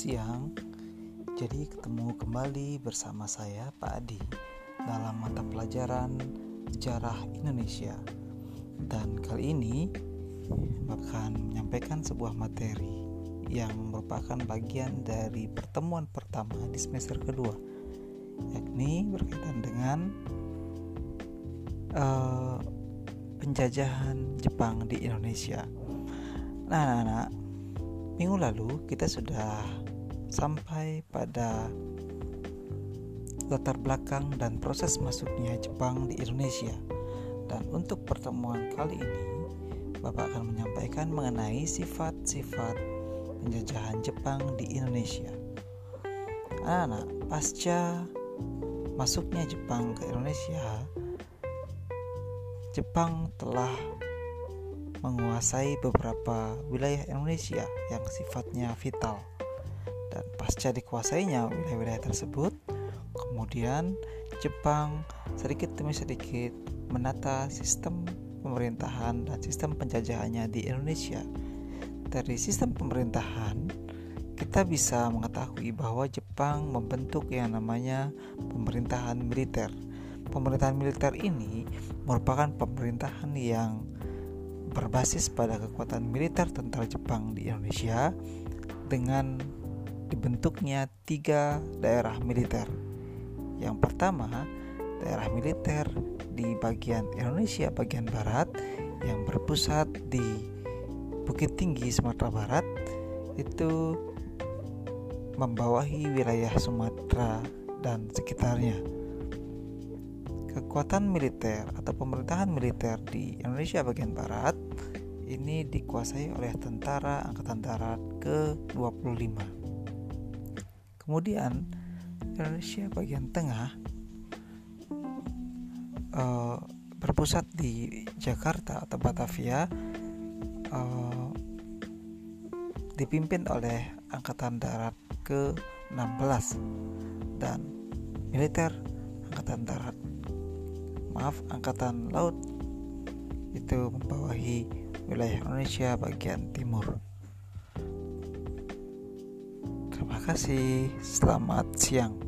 siang. Jadi ketemu kembali bersama saya Pak Adi dalam mata pelajaran Sejarah Indonesia. Dan kali ini akan menyampaikan sebuah materi yang merupakan bagian dari pertemuan pertama di semester kedua, yakni berkaitan dengan penjajahan Jepang di Indonesia. Nah, anak-anak, minggu lalu kita sudah sampai pada latar belakang dan proses masuknya Jepang di Indonesia. Dan untuk pertemuan kali ini, Bapak akan menyampaikan mengenai sifat-sifat penjajahan Jepang di Indonesia. Anak-anak, pasca masuknya Jepang ke Indonesia, Jepang telah menguasai beberapa wilayah Indonesia yang sifatnya vital. Dan pasca dikuasainya wilayah-wilayah tersebut, kemudian Jepang sedikit demi sedikit menata sistem pemerintahan dan sistem penjajahannya di Indonesia. Dari sistem pemerintahan, kita bisa mengetahui bahwa Jepang membentuk yang namanya pemerintahan militer. Pemerintahan militer ini merupakan pemerintahan yang berbasis pada kekuatan militer tentara Jepang di Indonesia dengan dibentuknya 3 daerah militer. Yang pertama, daerah militer di bagian Indonesia bagian barat yang berpusat di Bukit Tinggi, Sumatera Barat, itu membawahi wilayah Sumatera dan sekitarnya. Kekuatan militer atau pemerintahan militer di Indonesia bagian barat ini dikuasai oleh Tentara Angkatan Darat ke-25. Kemudian Indonesia bagian tengah berpusat di Jakarta atau Batavia, dipimpin oleh Angkatan Darat ke-16 dan militer Angkatan Laut itu membawahi wilayah Indonesia bagian timur. Terima kasih, selamat siang.